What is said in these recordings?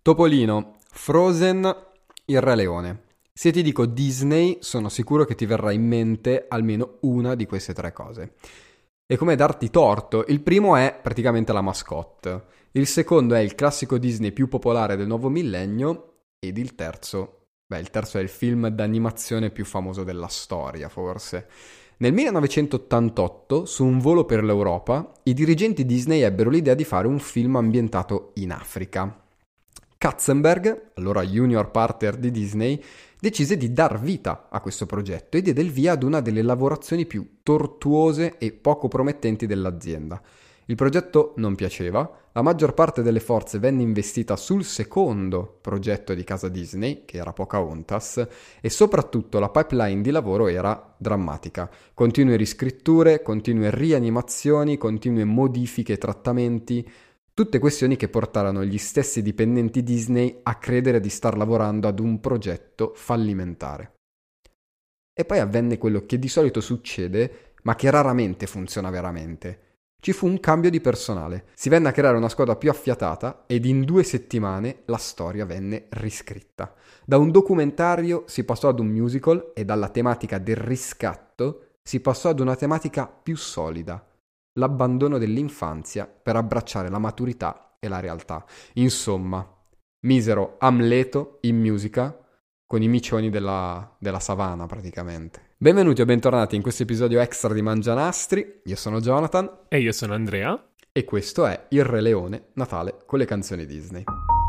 Topolino, Frozen, Il Re Leone. Se ti dico Disney, sono sicuro che ti verrà in mente almeno una di queste tre cose. E come darti torto, il primo è praticamente la mascotte, il secondo è il classico Disney più popolare del nuovo millennio ed il terzo è il film d'animazione più famoso della storia, forse. Nel 1988, su un volo per l'Europa, i dirigenti Disney ebbero l'idea di fare un film ambientato in Africa. Katzenberg, allora junior partner di Disney, decise di dar vita a questo progetto e diede il via ad una delle lavorazioni più tortuose e poco promettenti dell'azienda. Il progetto non piaceva, la maggior parte delle forze venne investita sul secondo progetto di casa Disney, che era Pocahontas, e soprattutto la pipeline di lavoro era drammatica. Continue riscritture, continue rianimazioni, continue modifiche e trattamenti, tutte questioni che portarono gli stessi dipendenti Disney a credere di star lavorando ad un progetto fallimentare. E poi avvenne quello che di solito succede, ma che raramente funziona veramente. Ci fu un cambio di personale, si venne a creare una squadra più affiatata ed in 2 settimane la storia venne riscritta. Da un documentario si passò ad un musical e dalla tematica del riscatto si passò ad una tematica più solida, l'abbandono dell'infanzia per abbracciare la maturità e la realtà. Insomma, misero Amleto in musica con i micioni della savana praticamente. Benvenuti o bentornati in questo episodio extra di Mangianastri. Io sono Jonathan. E io sono Andrea. E questo è Il Re Leone, Natale con le canzoni Disney.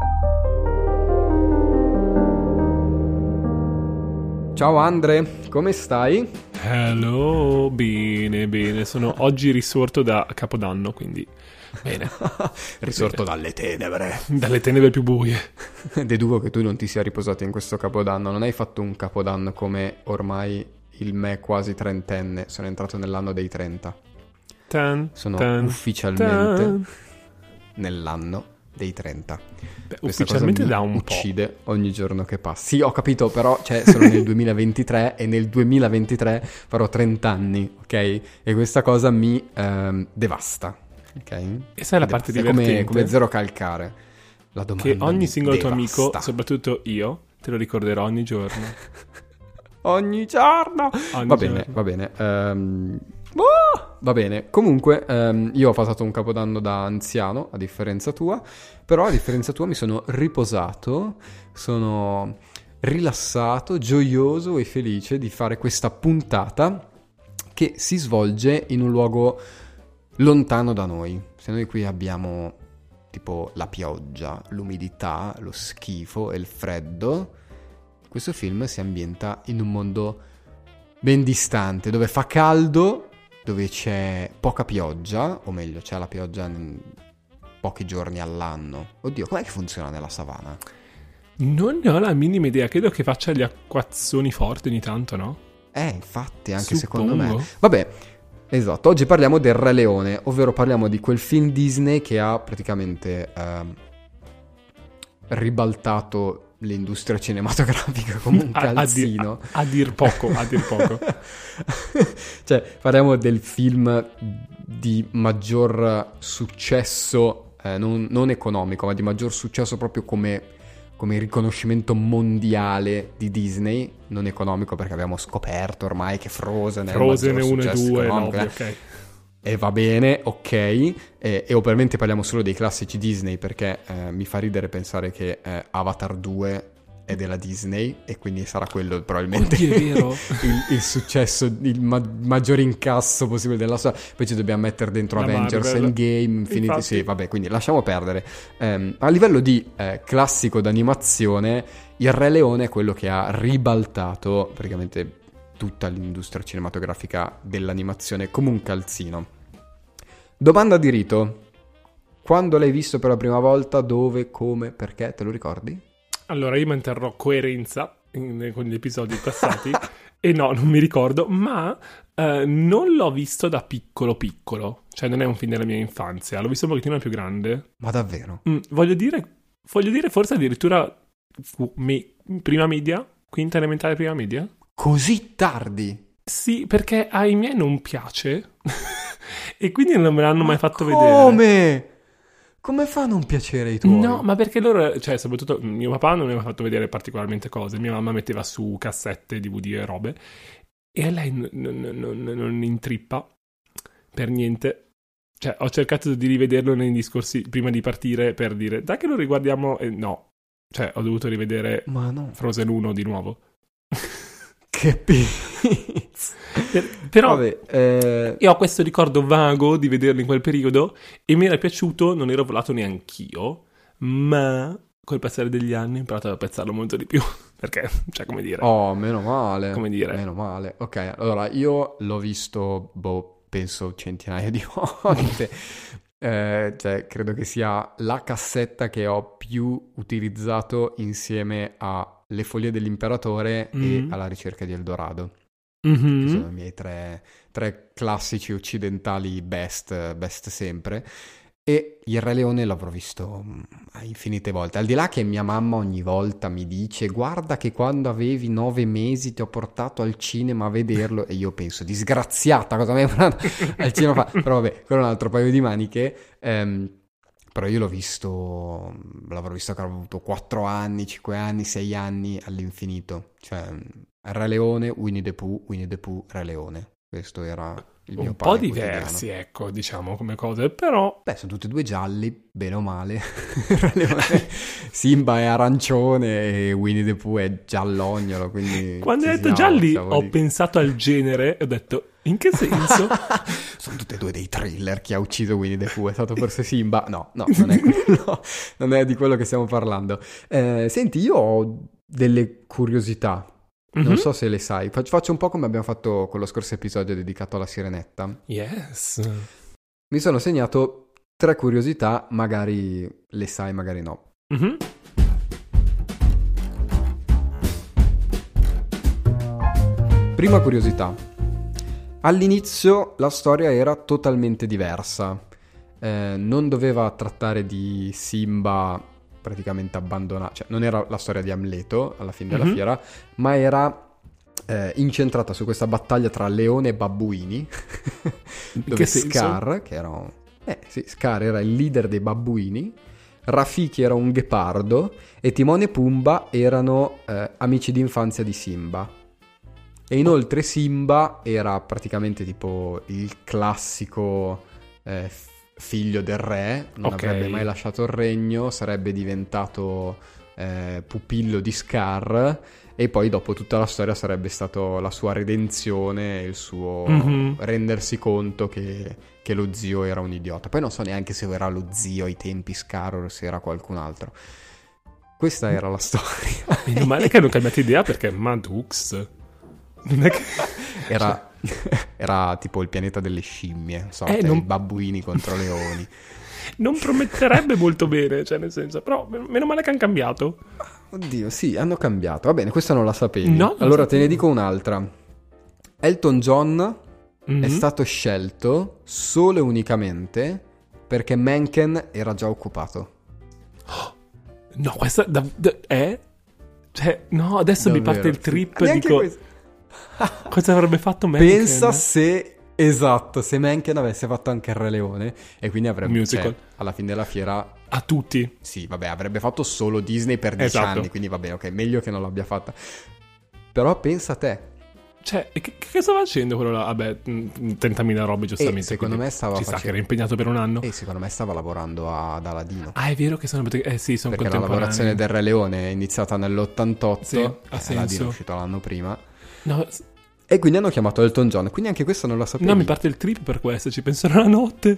Ciao Andre, come stai? Hello, bene, sono oggi risorto da Capodanno, quindi bene. Risorto dalle tenebre. Dalle tenebre più buie. Deduco che tu non ti sia riposato in questo Capodanno, non hai fatto un Capodanno come ormai il me quasi trentenne, sono entrato nell'anno dei 30. Sono ufficialmente nell'anno dei 30. Beh, ufficialmente da un uccide ogni giorno che passa. Sì, ho capito, però sono nel 2023 e nel 2023 farò 30 anni, ok? E questa cosa mi devasta, ok? E sai la parte divertente? Come Zero Calcare. La domanda che ogni singolo tuo devasta. amico, soprattutto io, te lo ricorderò ogni giorno. Ogni giorno! Va bene. Va bene, comunque io ho passato un Capodanno da anziano, a differenza tua, però a differenza tua mi sono riposato, sono rilassato, gioioso e felice di fare questa puntata che si svolge in un luogo lontano da noi. Se noi qui abbiamo tipo la pioggia, l'umidità, lo schifo e il freddo, questo film si ambienta in un mondo ben distante, dove fa caldo, dove c'è poca pioggia, o meglio, c'è la pioggia pochi giorni all'anno. Oddio, com'è che funziona nella savana? Non ne ho la minima idea, credo che faccia gli acquazzoni forti ogni tanto, no? Infatti, anche Suppongo. secondo me. Vabbè, esatto, oggi parliamo del Re Leone, ovvero parliamo di quel film Disney che ha praticamente ribaltato l'industria cinematografica come un calzino. A dir poco. Cioè, parliamo del film di maggior successo, non economico, ma di maggior successo proprio come riconoscimento mondiale di Disney, non economico perché abbiamo scoperto ormai che Frozen è 1 e 2, ok. E va bene, ok, e ovviamente parliamo solo dei classici Disney perché mi fa ridere pensare che Avatar 2 è della Disney e quindi sarà quello probabilmente Oddio, è vero. il successo, il maggior incasso possibile della storia. Poi ci dobbiamo mettere dentro La Avengers Marvel. Endgame, Infinity, Infatti. sì, vabbè, quindi lasciamo perdere. A livello di classico d'animazione, il Re Leone è quello che ha ribaltato praticamente tutta l'industria cinematografica dell'animazione come un calzino. Domanda di rito: quando l'hai visto per la prima volta, dove, come, perché, te lo ricordi? Allora, io manterrò coerenza con gli episodi passati e no, non mi ricordo, ma non l'ho visto da piccolo, cioè non è un film della mia infanzia, l'ho visto un pochettino più grande. Ma davvero? Voglio dire forse addirittura prima media, quinta elementare prima media. Così tardi? Sì, perché ai miei non piace e quindi non me l'hanno mai fatto vedere. Come? Come fa a non piacere ai tuoi? No, ma perché loro, cioè, soprattutto mio papà non mi aveva fatto vedere particolarmente cose, mia mamma metteva su cassette, DVD e robe, e a lei non intrippa per niente. Cioè, ho cercato di rivederlo nei discorsi prima di partire per dire, dai che lo riguardiamo, e no. Cioè, ho dovuto rivedere Ma no. Frozen 1 di nuovo. Che pizza. Però Vabbè, io ho questo ricordo vago di vederlo in quel periodo e mi era piaciuto, non ero volato neanch'io, ma col passare degli anni ho imparato ad apprezzarlo molto di più. Perché, cioè, come dire... oh, meno male. Come dire... Meno male. Ok, allora io l'ho visto, penso centinaia di volte. Cioè, credo che sia la cassetta che ho più utilizzato insieme a Le foglie dell'imperatore e alla ricerca di Eldorado. Che sono i miei tre classici occidentali best sempre. E il Re Leone l'avrò visto infinite volte. Al di là che mia mamma ogni volta mi dice: guarda che quando avevi 9 mesi ti ho portato al cinema a vederlo. E io penso: disgraziata, cosa mi hai portato al cinema? Però vabbè, quello è un altro paio di maniche. Però io l'avrò visto che avevo avuto 4 anni, 5 anni, 6 anni all'infinito. Cioè, Re Leone, Winnie the Pooh, Re Leone. Questo era il mio un po' pane diversi, quotidiano. ecco, diciamo, come cose, però... Beh, sono tutti e due gialli, bene o male. Re Leone, Simba è arancione e Winnie the Pooh è giallognolo, quindi... Quando ci hai detto siamo, gialli stavo ho lì. pensato al genere e ho detto, in che senso? Sono tutti e due dei thriller. Chi ha ucciso Winnie the Pooh? È stato forse Simba? No, non è quello, non è di quello che stiamo parlando. Senti, io ho delle curiosità. Non so se le sai. Faccio un po' come abbiamo fatto con lo scorso episodio dedicato alla Sirenetta. Yes. Mi sono segnato 3 curiosità, magari le sai, magari no. Mhm. Prima curiosità. All'inizio la storia era totalmente diversa. Non doveva trattare di Simba praticamente abbandonato, cioè non era la storia di Amleto alla fine della fiera, ma era incentrata su questa battaglia tra leone e babbuini, dove che senso? Scar, che era Scar era il leader dei babbuini, Rafiki era un ghepardo e Timone e Pumba erano amici d'infanzia di Simba. E inoltre Simba era praticamente tipo il classico figlio del re, non avrebbe mai lasciato il regno, sarebbe diventato pupillo di Scar e poi dopo tutta la storia sarebbe stato la sua redenzione, il suo rendersi conto che lo zio era un idiota. Poi non so neanche se era lo zio ai tempi Scar o se era qualcun altro. Questa era la storia. Meno male che hanno cambiato idea perché Madux... Non è che... Era tipo il pianeta delle scimmie, non... i babbuini contro leoni. Non prometterebbe molto bene, cioè nel senso, però meno male che hanno cambiato. Oddio, sì, hanno cambiato. Va bene, questa non la sapevi. No, allora te ne dico un'altra. Elton John è stato scelto solo e unicamente perché Mencken era già occupato. No, questa è... Cioè, no, adesso Davvero, mi parte il sì. trip, Neanche dico... questo. Cosa avrebbe fatto Mencken? Pensa se Mencken avesse fatto anche il Re Leone e quindi avrebbe Musical. cioè, alla fine della fiera A tutti. sì, vabbè, avrebbe fatto solo Disney per 10 Esatto. anni, quindi vabbè, ok, meglio che non l'abbia fatta. Però pensa a te. Cioè, che stava facendo quello là? Vabbè, 30.000 robe giustamente. Secondo me stava Ci sta che facendo... era impegnato per un anno. E secondo me stava lavorando ad Aladino. Ah, è vero che sono... sì, sono Perché la contemporanei. lavorazione del Re Leone è iniziata nell'88, Sì, ha Aladino senso. è uscito l'anno prima. No, E quindi hanno chiamato Elton John, quindi anche questa non la sapevi. no, mi parte il trip per questo, ci penserò la notte.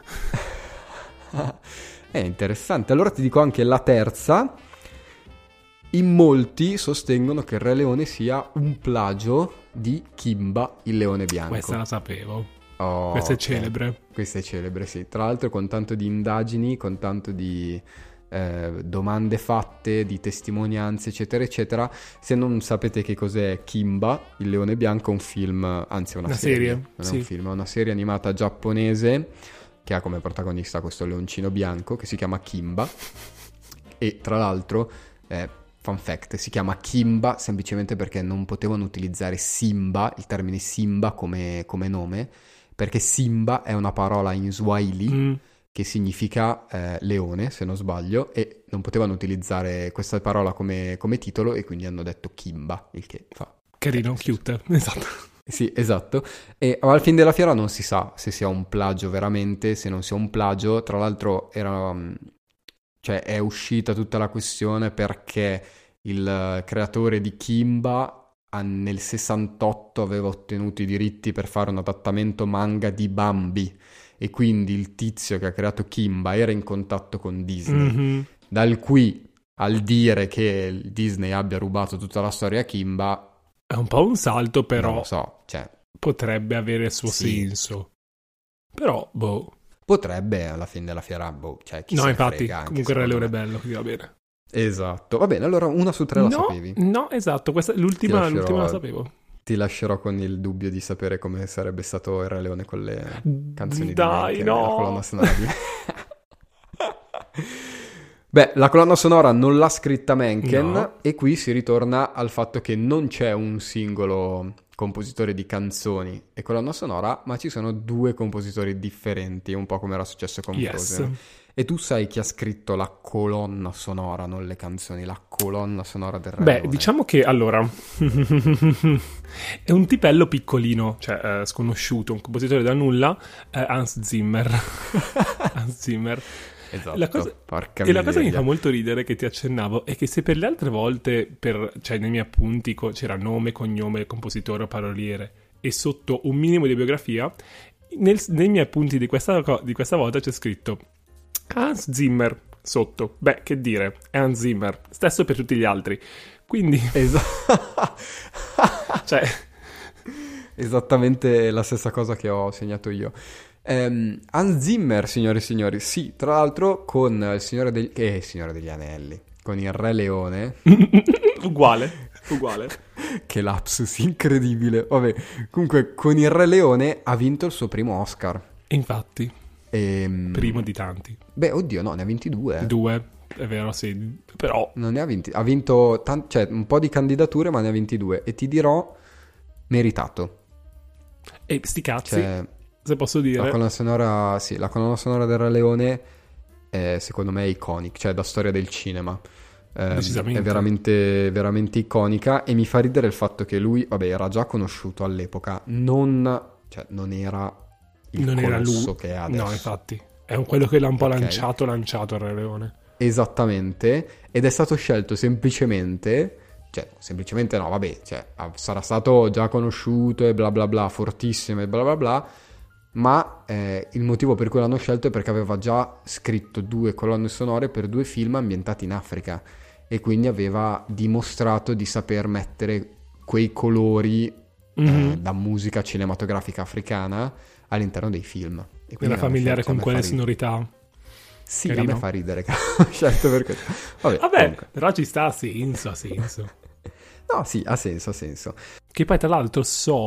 È interessante. Allora ti dico anche la terza. In molti sostengono che il Re Leone sia un plagio di Kimba, il leone bianco. Questa la sapevo. Oh, Questa è ok. celebre. Questa è celebre, sì. Tra l'altro con tanto di indagini, con tanto di domande fatte, di testimonianze, eccetera, eccetera. Se non sapete che cos'è Kimba, il leone bianco, è un film, anzi è una serie. Non è sì. un film, è una serie animata giapponese che ha come protagonista questo leoncino bianco che si chiama Kimba. E tra l'altro, fun fact, si chiama Kimba semplicemente perché non potevano utilizzare Simba, il termine Simba come nome, perché Simba è una parola in Swahili che significa leone, se non sbaglio, e non potevano utilizzare questa parola come titolo e quindi hanno detto Kimba, il che fa... Carino, cute, esatto. Sì, esatto. E alla fine della fiera non si sa se sia un plagio veramente, se non sia un plagio. Tra l'altro cioè è uscita tutta la questione perché il creatore di Kimba nel 68 aveva ottenuto i diritti per fare un adattamento manga di Bambi e quindi il tizio che ha creato Kimba era in contatto con Disney. Mm-hmm. Dal qui al dire che Disney abbia rubato tutta la storia a Kimba... È un po' un salto, però non lo so, cioè... potrebbe avere il suo Sì. senso. Però, boh. Potrebbe alla fine della fiera, boh, cioè chi No, se ne infatti, frega, anche comunque il Re secondo Leone è me. bello, quindi va bene. Esatto, va bene, allora una su tre la sapevi. No, esatto, questa, l'ultima la sapevo. Ti lascerò con il dubbio di sapere come sarebbe stato il Re Leone con le canzoni Dai, di no. la colonna sonora di... Beh, la colonna sonora non l'ha scritta Mencken, No. e qui si ritorna al fatto che non c'è un singolo compositore di canzoni e colonna sonora, ma ci sono due compositori differenti, un po' come era successo con Frozen. E tu sai chi ha scritto la colonna sonora, non le canzoni, la colonna sonora del Re Leone? Diciamo che, allora, è un tipello piccolino, cioè sconosciuto, un compositore da nulla, Hans Zimmer. Hans Zimmer. Esatto, La cosa che mi fa molto ridere, che ti accennavo, è che se per le altre volte, cioè nei miei appunti c'era nome, cognome, compositore o paroliere, e sotto un minimo di biografia, nei miei appunti di questa volta c'è scritto Hans Zimmer sotto. Beh, che dire, è Hans Zimmer, stesso per tutti gli altri. Quindi... Esatto. cioè... Esattamente la stessa cosa che ho segnato io. Hans Zimmer, signore e signori, sì, tra l'altro con il Signore degli Anelli, con il Re Leone. uguale. Che lapsus incredibile. Vabbè, comunque con il Re Leone ha vinto il suo primo Oscar. Infatti, primo di tanti. Beh, oddio, no, ne ha 22. 2, è vero, sì, però... Non ne ha 20, ha vinto cioè, un po' di candidature, ma ne ha 22. E ti dirò, meritato. E sti cazzi, Cioè, se posso dire. la colonna sonora del Re Leone è, secondo me, iconica, cioè da storia del cinema. Decisamente. È veramente, veramente iconica, e mi fa ridere il fatto che lui, vabbè, era già conosciuto all'epoca, non era il colosso che è adesso. No, infatti, è quello che l'ha un po' Ok. lanciato il Re Leone. Esattamente, ed è stato scelto semplicemente... Cioè, semplicemente no, vabbè, cioè, sarà stato già conosciuto e bla bla bla, fortissimo e bla bla bla, ma il motivo per cui l'hanno scelto è perché aveva già scritto 2 colonne sonore per 2 film ambientati in Africa, e quindi aveva dimostrato di saper mettere quei colori da musica cinematografica africana all'interno dei film. E quindi Era familiare con quelle ridere. sonorità. Sì, Carino. a me fa ridere che l'hanno scelto per questo. Vabbè, comunque. Però ci sta, ha senso. No, sì, ha senso. Che poi tra l'altro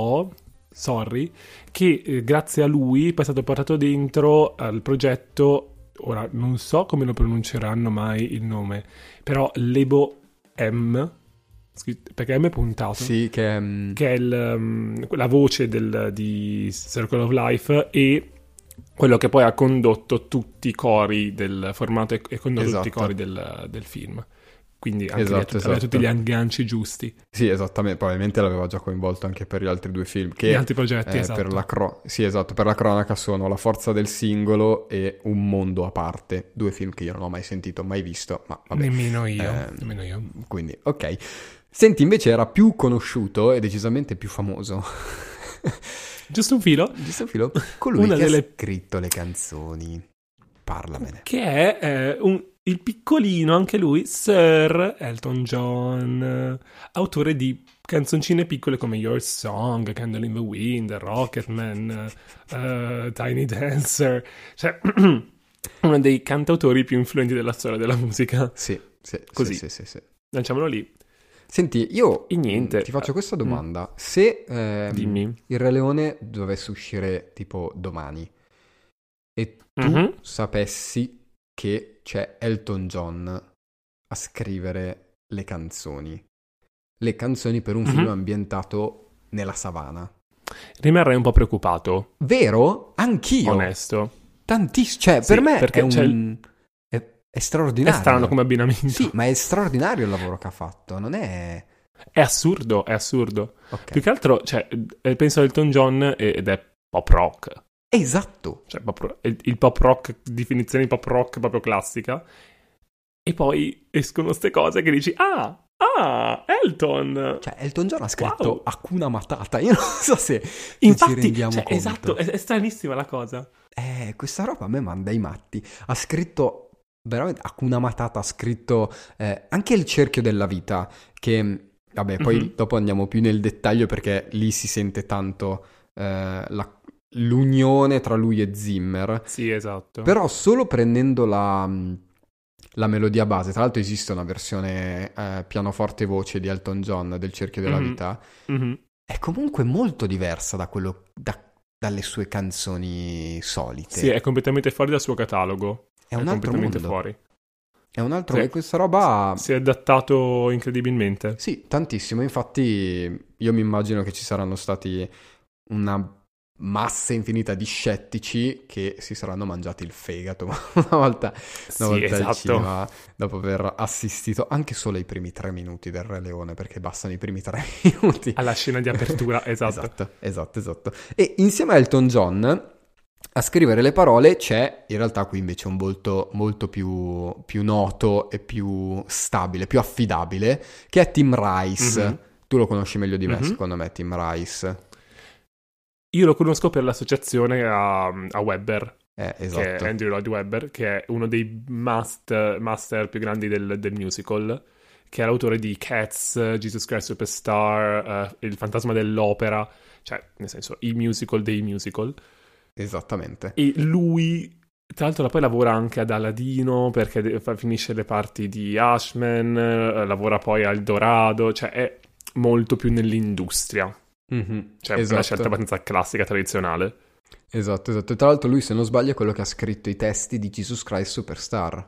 che grazie a lui poi è stato portato dentro al progetto, ora non so come lo pronunceranno mai il nome, però Lebo M, perché M è puntato, Sì, che che è la voce di Circle of Life, e quello che poi ha condotto tutti i cori del formato e condotto tutti i Esatto. cori del film. Quindi anche Esatto, aveva tutti gli esatto. agganci giusti. Sì, esattamente, probabilmente l'aveva già coinvolto anche per gli altri 2 film. Che, Gli altri progetti, esatto. Sì, esatto, per la cronaca sono La forza del singolo e Un mondo a parte, 2 film che io non ho mai sentito, mai visto, ma vabbè. Nemmeno io. Quindi, ok. Senti, invece era più conosciuto e decisamente più famoso. Giusto un filo. Colui Una che delle- ha scritto le canzoni. Parlamene. Che è il piccolino, anche lui, Sir Elton John, autore di canzoncine piccole come Your Song, Candle in the Wind, Rocketman, Tiny Dancer. Cioè, uno dei cantautori più influenti della storia della musica. Sì. Così. Sì. Lanciamolo lì. Senti, io E niente. ti faccio questa domanda. Se Dimmi. il Re Leone dovesse uscire tipo domani e tu Mhm. sapessi che c'è Elton John a scrivere le canzoni per un film Mhm. ambientato nella savana. Rimarrei un po' preoccupato, Vero? Anch'io. onesto. Tantissimo, cioè Sì, per me perché è straordinario. è strano come abbinamento. Sì, ma è straordinario il lavoro che ha fatto, non è... È assurdo, è assurdo. Ok. Più che altro, cioè, penso a Elton John ed è pop rock. Esatto. Cioè, il pop rock, definizione di pop rock proprio classica. E poi escono ste cose che dici, Elton! Cioè, Elton John ha scritto Wow. Hakuna Matata, io non so se Infatti, ci rendiamo cioè, conto. esatto, è stranissima la cosa. Questa roba a me manda i matti. Ha scritto veramente Hakuna Matata, ha scritto anche Il cerchio della vita, che vabbè, poi dopo andiamo più nel dettaglio perché lì si sente tanto l'unione tra lui e Zimmer. Sì, esatto. Però solo prendendo la melodia base, tra l'altro esiste una versione pianoforte e voce di Elton John del cerchio della vita, è comunque molto diversa da quello dalle sue canzoni solite. Sì, è completamente fuori dal suo catalogo. È un altro completamente mondo. fuori. È un altro... Sì. E questa roba... Si è adattato incredibilmente. Sì, tantissimo. Infatti io mi immagino che ci saranno stati una massa infinita di scettici che si saranno mangiati il fegato una volta Esatto. al cinema, dopo aver assistito anche solo ai primi 3 minuti del Re Leone, perché bastano i primi 3 minuti. Alla scena di apertura, esatto. Esatto. E insieme a Elton John a scrivere le parole c'è in realtà qui invece un volto molto più noto e più stabile, più affidabile, che è Tim Rice. Tu lo conosci meglio di me, secondo me, Tim Rice. Io lo conosco per l'associazione a Webber, Esatto. che è Andrew Lloyd Webber, che è uno dei master più grandi del musical, che è l'autore di Cats, Jesus Christ Superstar, Il fantasma dell'opera, cioè nel senso i musical dei musical. Esattamente. E lui, tra l'altro, poi lavora anche ad Aladino perché finisce le parti di Ashman, lavora poi al Dorado, cioè è molto più nell'industria. Cioè Esatto. una scelta abbastanza classica, tradizionale. Esatto. E tra l'altro lui, se non sbaglio, è quello che ha scritto i testi di Jesus Christ Superstar.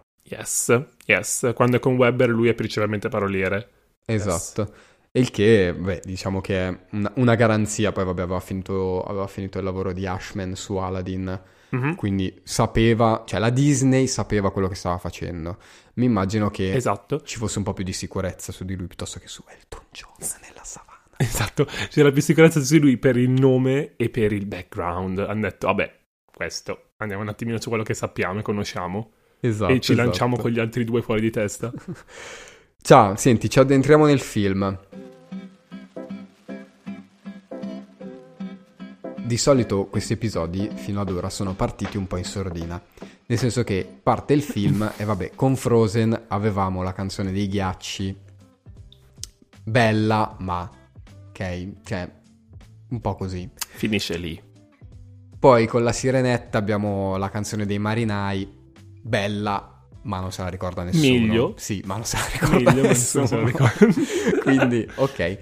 Yes. Quando è con Webber lui è principalmente paroliere. Esatto. Yes. E il che, diciamo che è una garanzia. Poi vabbè, aveva finito il lavoro di Ashman su Aladdin, quindi sapeva, cioè la Disney sapeva quello che stava facendo. Mi immagino che ci fosse un po' più di sicurezza su di lui piuttosto che su Elton John nella savana. Esatto, c'era più sicurezza su lui per il nome e per il background. Hanno detto, vabbè, questo, andiamo un attimino su quello che sappiamo e conosciamo. Esatto. E ci lanciamo con gli altri due fuori di testa. Ciao, senti, ci addentriamo nel film. Di solito questi episodi fino ad ora sono partiti un po' in sordina, nel senso che parte il film e vabbè, con Frozen avevamo la canzone dei ghiacci, bella ma ok, cioè un po' così. Finisce lì. Poi con la Sirenetta abbiamo la canzone dei marinai, bella ma non se la ricorda nessuno. Meglio. Sì, ma non se la ricorda nessuno. Se la ricorda. Quindi, ok.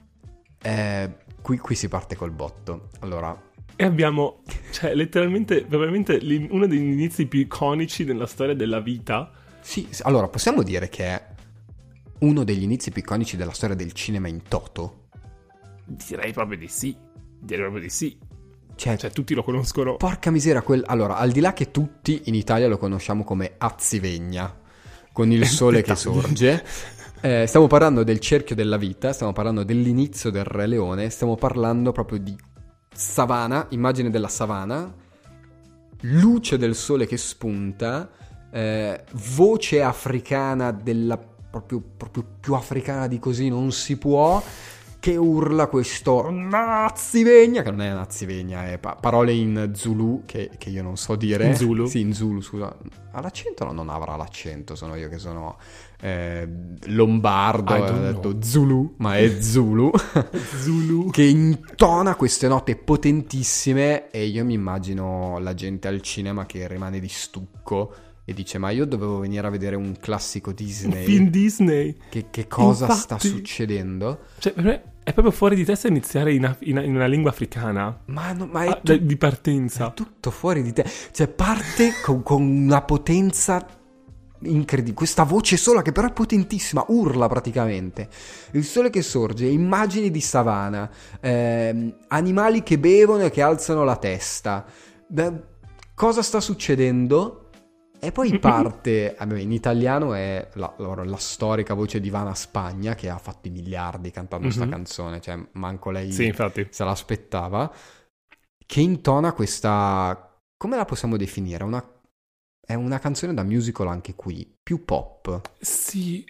Qui si parte col botto. Allora... E abbiamo, cioè, letteralmente, probabilmente uno degli inizi più iconici della storia della vita. Sì, allora, possiamo dire che è uno degli inizi più iconici della storia del cinema in toto? Direi proprio di sì. Cioè, tutti lo conoscono. Porca miseria, allora, al di là che tutti in Italia lo conosciamo come Azzivegna, con il sole che sorge, stiamo parlando del cerchio della vita, stiamo parlando dell'inizio del Re Leone, stiamo parlando proprio di savana, immagine della savana, luce del sole che spunta, voce africana proprio più africana di così non si può, che urla questo Nazzivegna, che non è Nazzivegna, è parole in Zulu che io non so dire. In Zulu? Sì, in Zulu, scusa. Ha l'accento? No, non avrà l'accento, sono io che sono lombardo, ho detto Zulu, ma è Zulu. Zulu. Che intona queste note potentissime e io mi immagino la gente al cinema che rimane di stucco e dice, ma io dovevo venire a vedere un classico Disney. Un film Disney. Che cosa Infatti, sta succedendo? Cioè, per me è proprio fuori di testa iniziare in una lingua africana. Ma è di partenza. È tutto fuori di te. Cioè, parte con una potenza incredibile. Questa voce sola che però è potentissima, urla praticamente. Il sole che sorge, immagini di savana, animali che bevono e che alzano la testa. cosa sta succedendo? E poi parte, in italiano è la storica voce di Ivana Spagna, che ha fatto i miliardi cantando sta canzone, cioè manco lei Sì, infatti. se l'aspettava, che intona questa, come la possiamo definire? È una canzone da musical anche qui, più pop. Sì,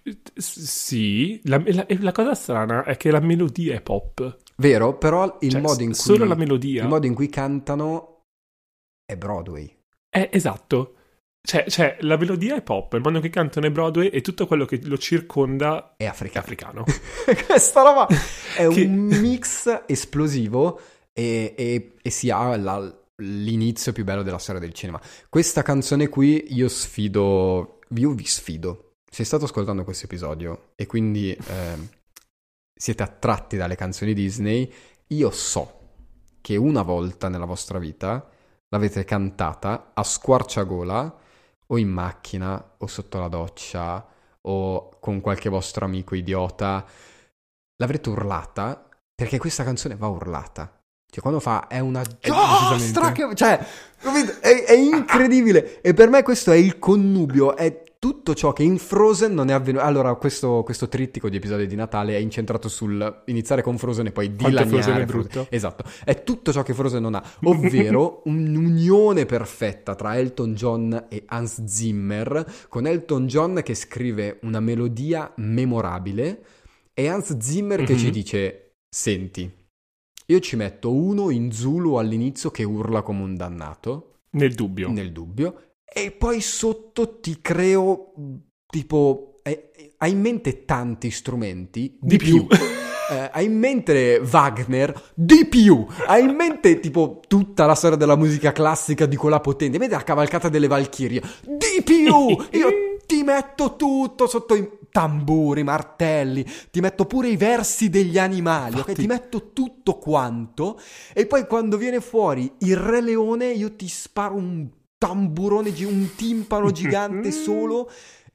la cosa strana è che la melodia è pop. Vero, però il modo in cui solo la melodia. il modo in cui cantano è Broadway. Esatto. Cioè, la melodia è pop, il modo in cui cantano è Broadway e tutto quello che lo circonda È africano. Questa roba è un mix esplosivo e si ha l'inizio più bello della storia del cinema. Questa canzone qui io vi sfido. Se state ascoltando questo episodio e quindi siete attratti dalle canzoni Disney, io so che una volta nella vostra vita l'avete cantata a squarciagola o in macchina o sotto la doccia o con qualche vostro amico idiota, l'avrete urlata, perché questa canzone va urlata. Cioè, quando è una giostra che... Cioè, è incredibile. E per me questo è il connubio, è tutto ciò che in Frozen non è avvenuto. Allora, questo trittico di episodi di Natale è incentrato sul iniziare con Frozen e poi dilaniare Frozen è brutto. Esatto, è tutto ciò che Frozen non ha, ovvero un'unione perfetta tra Elton John e Hans Zimmer, con Elton John che scrive una melodia memorabile e Hans Zimmer che ci dice: senti, io ci metto uno in Zulu all'inizio che urla come un dannato. Nel dubbio. E poi sotto ti creo, tipo, hai in mente tanti strumenti? Di più. Hai in mente Wagner? Di più. Hai in mente, tipo, tutta la storia della musica classica di quella potente? Hai in mente la cavalcata delle Valchirie? Di più. Io ti metto tutto sotto i tamburi, martelli, ti metto pure i versi degli animali, ok? Ti metto tutto quanto e poi quando viene fuori il Re Leone io ti sparo un tamburone, un timpano gigante solo.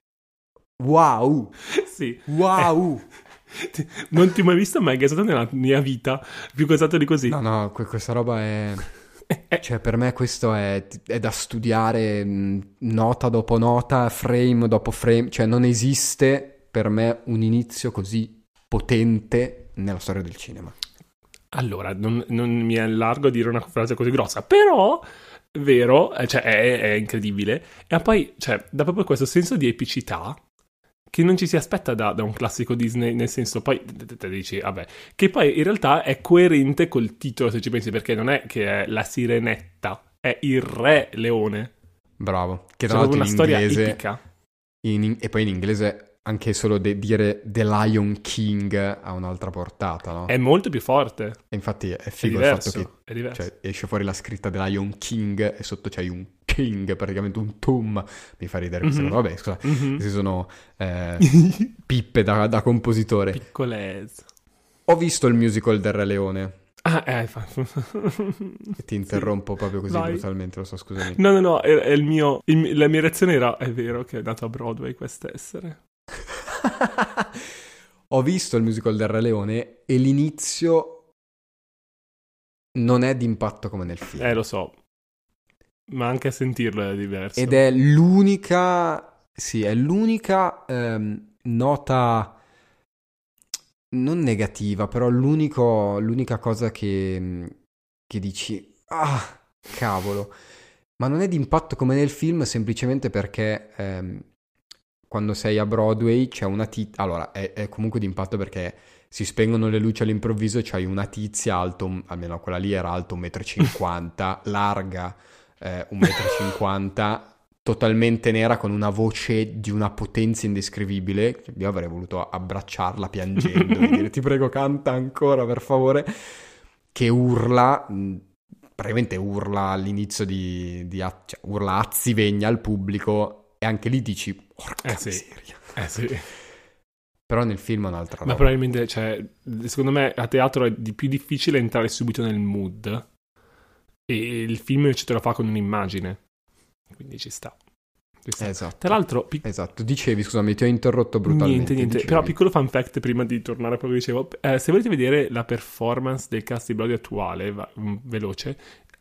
Wow. Sì. Wow. Non ti ho mai visto mai gasato nella mia vita più gasato di così. No, questa roba è... Cioè, per me questo è da studiare nota dopo nota, frame dopo frame. Cioè, non esiste per me un inizio così potente nella storia del cinema. Allora, non mi allargo a dire una frase così grossa, però, vero, cioè, è incredibile. E poi, cioè, dà proprio questo senso di epicità che non ci si aspetta da un classico Disney, nel senso, poi te dici, vabbè, che poi in realtà è coerente col titolo, se ci pensi, perché non è che è la Sirenetta, è il Re Leone. Bravo. Che tra l'altro una storia epica. E poi in inglese anche solo dire The Lion King ha un'altra portata, no? È molto più forte. E infatti è figo il fatto che cioè, esce fuori la scritta The Lion King e sotto c'hai un king, praticamente un tom. Mi fa ridere questa cosa. Vabbè, scusa, questi sono pippe da compositore. Piccolezza. Ho visto il musical del Re Leone. E ti interrompo proprio così brutalmente, lo so, scusami. No, è il mio... la mia reazione era, è vero che è nato a Broadway quest'essere. Ho visto il musical del Re Leone e l'inizio non è d'impatto come nel film. Lo so, ma anche a sentirlo è diverso. Ed è l'unica nota non negativa, però l'unica cosa che dici, cavolo, ma non è d'impatto come nel film semplicemente perché quando sei a Broadway c'è una tizia, allora è comunque d'impatto perché si spengono le luci all'improvviso e c'hai una tizia alto, almeno quella lì era alta 1,50 m, larga 1,50 m, totalmente nera con una voce di una potenza indescrivibile. Io avrei voluto abbracciarla piangendo e dire ti prego canta ancora per favore, che urla, praticamente urla all'inizio cioè, urla azzivegna al pubblico. E anche lì dici, porca miseria. Sì. Però nel film è un'altra roba. Ma probabilmente, cioè, secondo me a teatro è più difficile entrare subito nel mood. E il film invece te lo fa con un'immagine. Quindi ci sta. Esatto. Tra l'altro... Esatto. Dicevi, scusami, ti ho interrotto brutalmente. Niente. Dicevi. Però piccolo fun fact prima di tornare a quello che dicevo. Se volete vedere la performance del cast di Broadway attuale, veloce...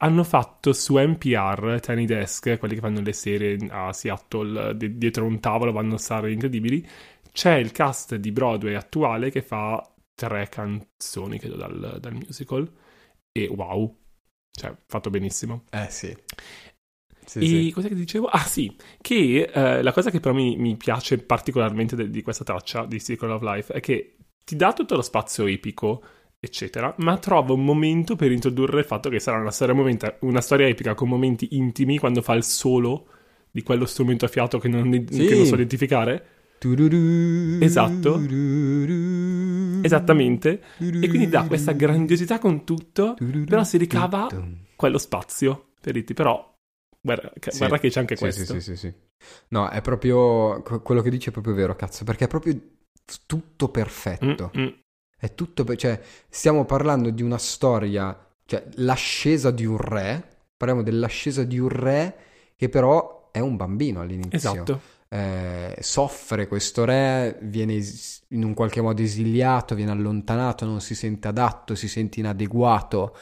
hanno fatto su NPR, Tiny Desk, quelli che fanno le serie a Seattle, dietro un tavolo vanno a stare incredibili, c'è il cast di Broadway attuale che fa 3 canzoni, credo, dal musical, e wow, cioè, fatto benissimo. Sì. E cos'è che dicevo? Ah sì, che la cosa che però mi piace particolarmente di questa traccia di Circle of Life è che ti dà tutto lo spazio epico, eccetera, ma trova un momento per introdurre il fatto che sarà una storia epica con momenti intimi, quando fa il solo di quello strumento a fiato che non so identificare. Esatto, esattamente, e quindi dà questa grandiosità con tutto, però si ricava quello spazio per dirti, però guarda che c'è anche questo. Sì. No, è proprio quello che dici è proprio vero, cazzo, perché è proprio tutto perfetto. È tutto, cioè, stiamo parlando di una storia, cioè l'ascesa di un re, parliamo dell'ascesa di un re che però è un bambino all'inizio. Esatto. Soffre questo re, viene in un qualche modo esiliato, viene allontanato, non si sente adatto, si sente inadeguato,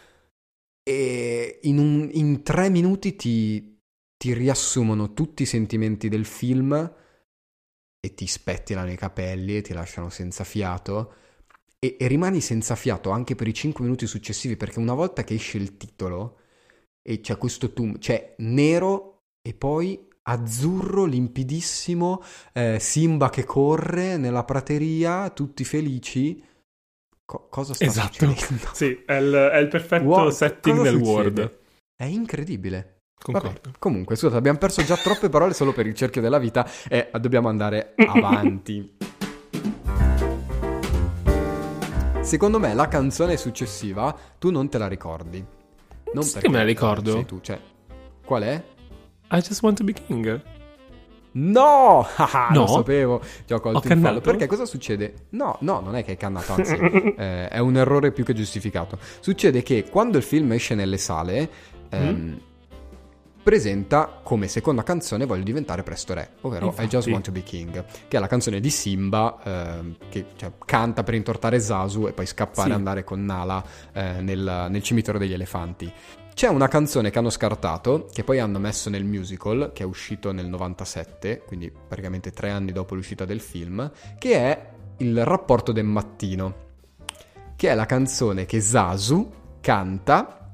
e in 3 minuti ti riassumono tutti i sentimenti del film e ti spettinano i capelli e ti lasciano senza fiato, e rimani senza fiato anche per i 5 minuti successivi, perché una volta che esce il titolo e c'è questo c'è nero e poi azzurro limpidissimo, Simba che corre nella prateria, tutti felici. Cosa sta succedendo? Sì, è il perfetto setting del World. È incredibile. Concordo. Vabbè, comunque, scusate, abbiamo perso già troppe parole solo per il cerchio della vita e dobbiamo andare avanti. Secondo me la canzone successiva tu non te la ricordi. Non sì, perché me la ricordo. Sei tu, cioè, qual è? I Just Want to Be King. No! No? Lo sapevo. Ti ho colto in fallo. Perché cosa succede? No, non è che hai cannato, anzi, è un errore più che giustificato. Succede che quando il film esce nelle sale, presenta come seconda canzone Voglio diventare presto re, ovvero I Just Want to Be King, che è la canzone di Simba, che canta per intortare Zazu e poi scappare e andare con Nala nel cimitero degli elefanti. C'è una canzone che hanno scartato, che poi hanno messo nel musical, che è uscito nel 97, quindi praticamente 3 anni dopo l'uscita del film, che è Il rapporto del mattino, che è la canzone che Zazu canta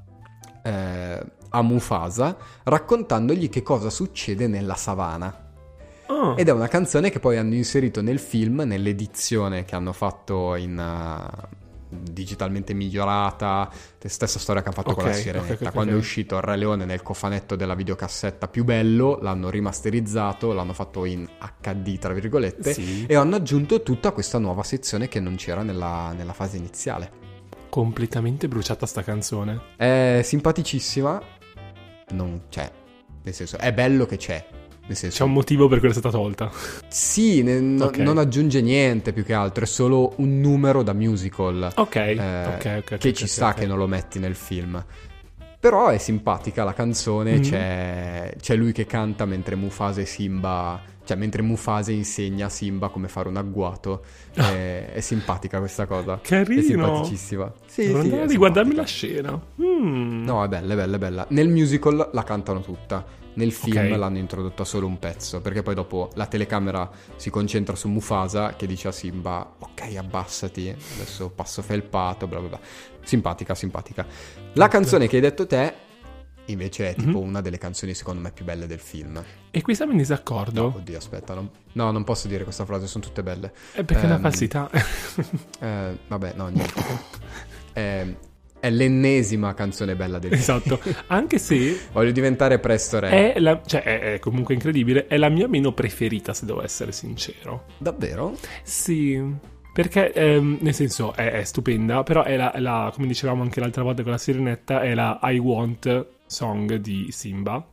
a Mufasa, raccontandogli che cosa succede nella savana. Ed è una canzone che poi hanno inserito nel film, nell'edizione che hanno fatto digitalmente migliorata, stessa storia che hanno fatto con la Sirenetta. Quando è uscito il Re Leone nel cofanetto della videocassetta più bello, l'hanno rimasterizzato, l'hanno fatto in HD tra virgolette, e hanno aggiunto tutta questa nuova sezione che non c'era nella fase iniziale. Completamente bruciata sta canzone. È simpaticissima, non c'è, nel senso è bello che c'è. Nel senso, c'è un motivo per cui è stata tolta. Sì, non aggiunge niente, più che altro è solo un numero da musical. Ok, che ci sta che non lo metti nel film. Però è simpatica la canzone, c'è lui che canta mentre Mufasa e Simba, cioè mentre Mufasa insegna a Simba come fare un agguato. È simpatica questa cosa. Carino. È simpaticissima. Devo andare a riguardarmi la scena. No, è bella. Nel musical la cantano tutta. Nel film l'hanno introdotta solo un pezzo, perché poi dopo la telecamera si concentra su Mufasa che dice a Simba: ok, abbassati, adesso passo felpato, bla bla bla. Simpatica. La canzone che hai detto te invece è tipo una delle canzoni secondo me più belle del film. E qui siamo in disaccordo? No, oddio, aspetta, non posso dire questa frase, sono tutte belle. È perché è una falsità. Vabbè, no, niente. È l'ennesima canzone bella del film. Esatto, anche se Voglio diventare presto re. È comunque incredibile. È la mia meno preferita, se devo essere sincero. Davvero? Sì, perché nel senso è stupenda, però è la come dicevamo anche l'altra volta con la Sirenetta, è la I Want song di Simba.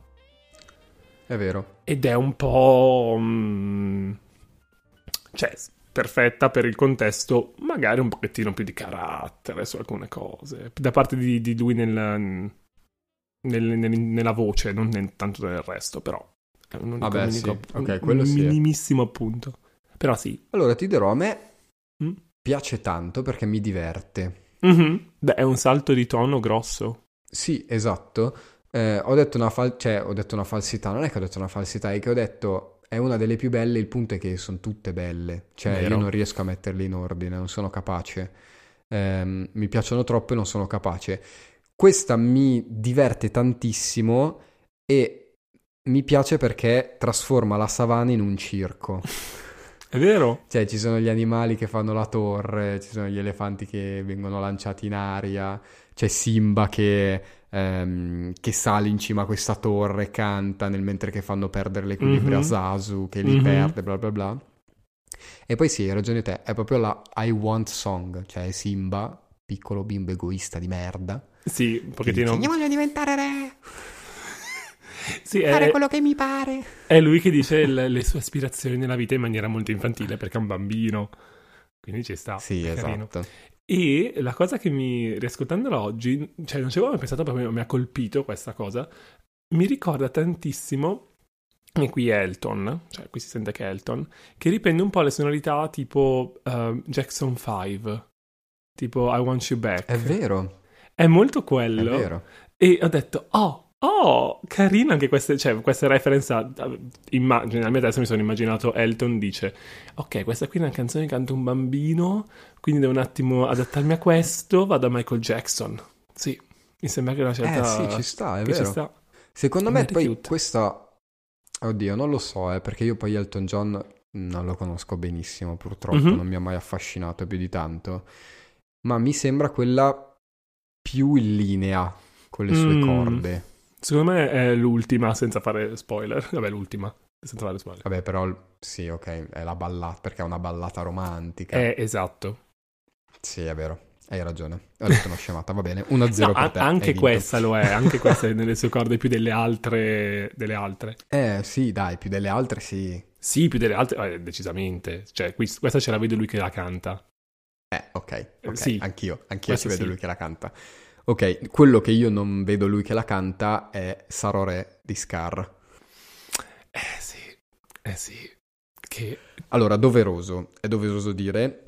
È vero. Ed è un po' cioè perfetta per il contesto, magari un pochettino più di carattere su alcune cose da parte di lui nella voce, non tanto nel resto, però è un minimissimo appunto. Però sì. Allora ti dirò, a me piace tanto perché mi diverte. Beh, è un salto di tono grosso. Sì, esatto. Ho detto ho detto una falsità, non è che ho detto una falsità, è che ho detto è una delle più belle, il punto è che sono tutte belle, cioè io Vero. non riesco a metterle in ordine, non sono capace. Mi piacciono troppo e non sono capace. Questa mi diverte tantissimo e mi piace perché trasforma la savana in un circo. È vero? Cioè, ci sono gli animali che fanno la torre, ci sono gli elefanti che vengono lanciati in aria, c'è Simba che sale in cima a questa torre, canta nel mentre che fanno perdere l'equilibrio a Mhm, Zazu, che li mhm. perde, bla bla bla. E poi sì, hai ragione te, è proprio la I want song, cioè è Simba, piccolo bimbo egoista di merda, Sì, un che dice pochettino. io voglio diventare re, Sì, fare quello che mi pare. è lui che dice le sue aspirazioni nella vita in maniera molto infantile perché è un bambino. Quindi ci sta, Sì, è carino. esatto. E la cosa che riascoltandola oggi, cioè non ci avevo mai pensato, proprio mi ha colpito questa cosa, mi ricorda tantissimo, e qui è Elton, cioè qui si sente che è Elton, che riprende un po' le sonorità tipo Jackson 5, tipo I Want You È Back. vero, È molto è quello. vero. E ho detto, carina anche queste, cioè, queste reference immagini, nella mia testa mi sono immaginato Elton dice, ok, questa qui è una canzone che canta un bambino, quindi devo un attimo adattarmi a questo, vado a Michael Jackson. Sì, mi sembra che è una Sì, ci scelta sta, è che ci vero. sta. Secondo È me molto poi cute. questa... Oddio, non lo so, perché io poi Elton John non lo conosco benissimo, purtroppo, Mhm. non mi ha mai affascinato più di tanto, ma mi sembra quella più in linea con le sue Mm, corde. secondo me è l'ultima, senza fare spoiler. Vabbè, l'ultima, senza fare spoiler. Vabbè, però sì, ok, è la ballata, perché è una ballata romantica. Esatto. Sì, è vero, hai ragione. Ho detto una scemata, va bene. No, 1-0 per te, hai anche vinto. questa lo è, anche questa è nelle sue corde più delle altre, delle altre. Sì, dai, più delle altre sì. Sì, più delle altre, decisamente. Cioè, questa ce la vedo lui che la canta. Ok, ok, Sì, anch'io ci questa vedo sì. lui che la canta. Ok, quello che io non vedo lui che la canta è Sarò Re di Scar. Sì, sì. Che... Allora, è doveroso dire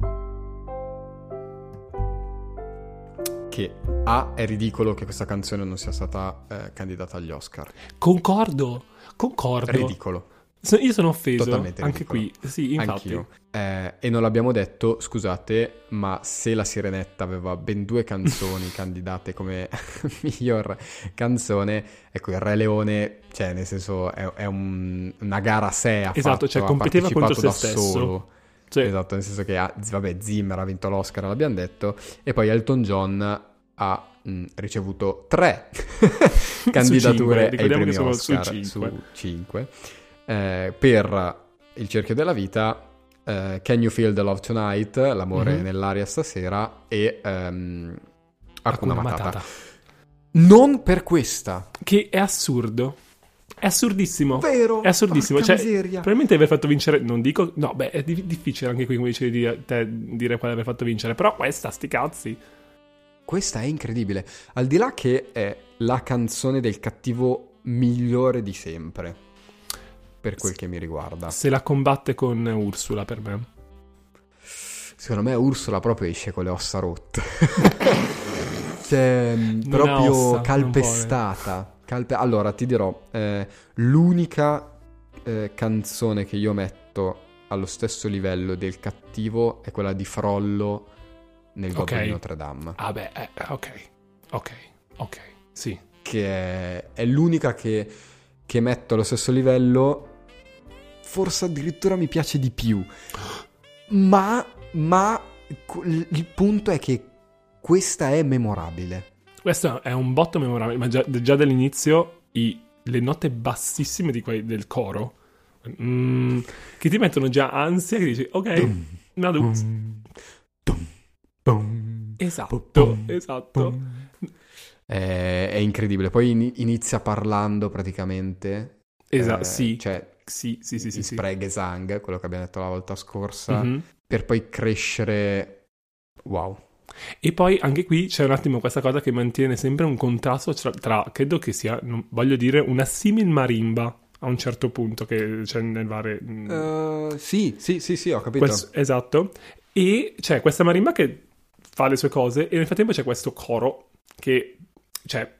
che A, è ridicolo che questa canzone non sia stata candidata agli Oscar. Concordo, concordo. Ridicolo, Io sono offeso, totalmente anche ridicolo. qui. Sì, infatti. Anch'io. E non l'abbiamo detto, scusate, ma se la Sirenetta aveva ben 2 canzoni candidate come miglior canzone, ecco, il Re Leone, cioè, nel senso, è una gara a sé, Esatto, cioè ha competeva contro partecipato se da stesso. solo. Sì, Esatto, nel senso che, vabbè, Zimmer ha vinto l'Oscar, l'abbiamo detto, e poi Elton John ha ricevuto 3 su 5. candidature ai Ricordiamo che premi sono su Oscar 5. su 5 per Il cerchio della vita, Can You Feel the Love Tonight, L'amore Mhm. nell'aria stasera e Hakuna Hakuna Matata. Matata. Non per questa. Che è assurdo. È assurdissimo. È Vero? assurdissimo. Porca Cioè, miseria. probabilmente aver fatto vincere. Non dico. No, beh, è difficile anche qui, come dicevi te, dire quale aver fatto vincere. Però questa, sti cazzi. Questa è incredibile. Al di là che è la canzone del cattivo migliore di sempre, per quel che mi riguarda. Se la combatte con Ursula per me. Secondo me Ursula proprio esce con le ossa rotte. Cioè, Non ha proprio ossa, non può. calpestata. Allora, ti dirò, l'unica canzone che io metto allo stesso livello del cattivo è quella di Frollo nel Gobbo di Ok. Notre Dame. Ah, beh, ok. Ok. Ok. Sì. Che è l'unica che metto allo stesso livello. Forse addirittura mi piace di più. Ma il punto è che questa è memorabile. Questo è un botto memorabile. Ma già dall'inizio le note bassissime del coro. Che ti mettono già ansia. Che dici, ok, Nadu. Bum, dum, bum, Esatto, bum, esatto. bum. È incredibile. Poi inizia parlando praticamente. Sì. Cioè, Sì, sì, sì, sì, in sì. Gesang, quello che abbiamo detto la volta scorsa, Mhm. per poi crescere. Wow. E poi anche qui c'è un attimo questa cosa che mantiene sempre un contrasto credo che sia, voglio dire, una simil marimba a un certo punto che c'è nel varie... Sì, ho capito. Esatto. E c'è questa marimba che fa le sue cose e nel frattempo c'è questo coro che, cioè,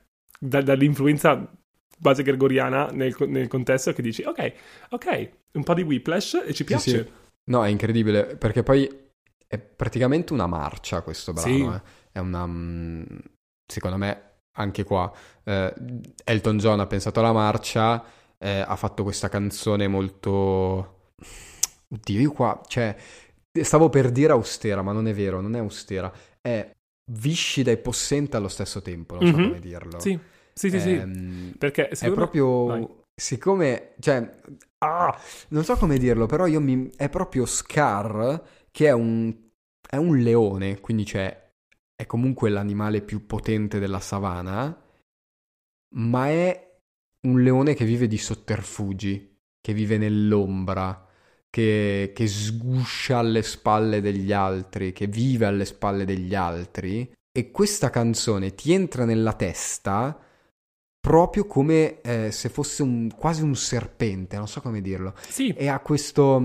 dall'influenza base gregoriana nel contesto, che dici ok, un po' di Whiplash e ci piace. Sì. No, è incredibile, perché poi è praticamente una marcia questo brano. È una... secondo me, anche qua, Elton John ha pensato alla marcia, ha fatto questa canzone molto... Oddio, io qua, cioè, stavo per dire austera, ma non è vero, non è austera, è viscida e possente allo stesso tempo, non so come dirlo. Sì, perché è proprio... Vai. Siccome, cioè, non so come dirlo, però è proprio Scar, che è un leone, quindi è comunque l'animale più potente della savana, ma è un leone che vive di sotterfugi, che vive nell'ombra, che sguscia alle spalle degli altri, che vive alle spalle degli altri, e questa canzone ti entra nella testa proprio come se fosse quasi un serpente, non so come dirlo. Sì. E ha questo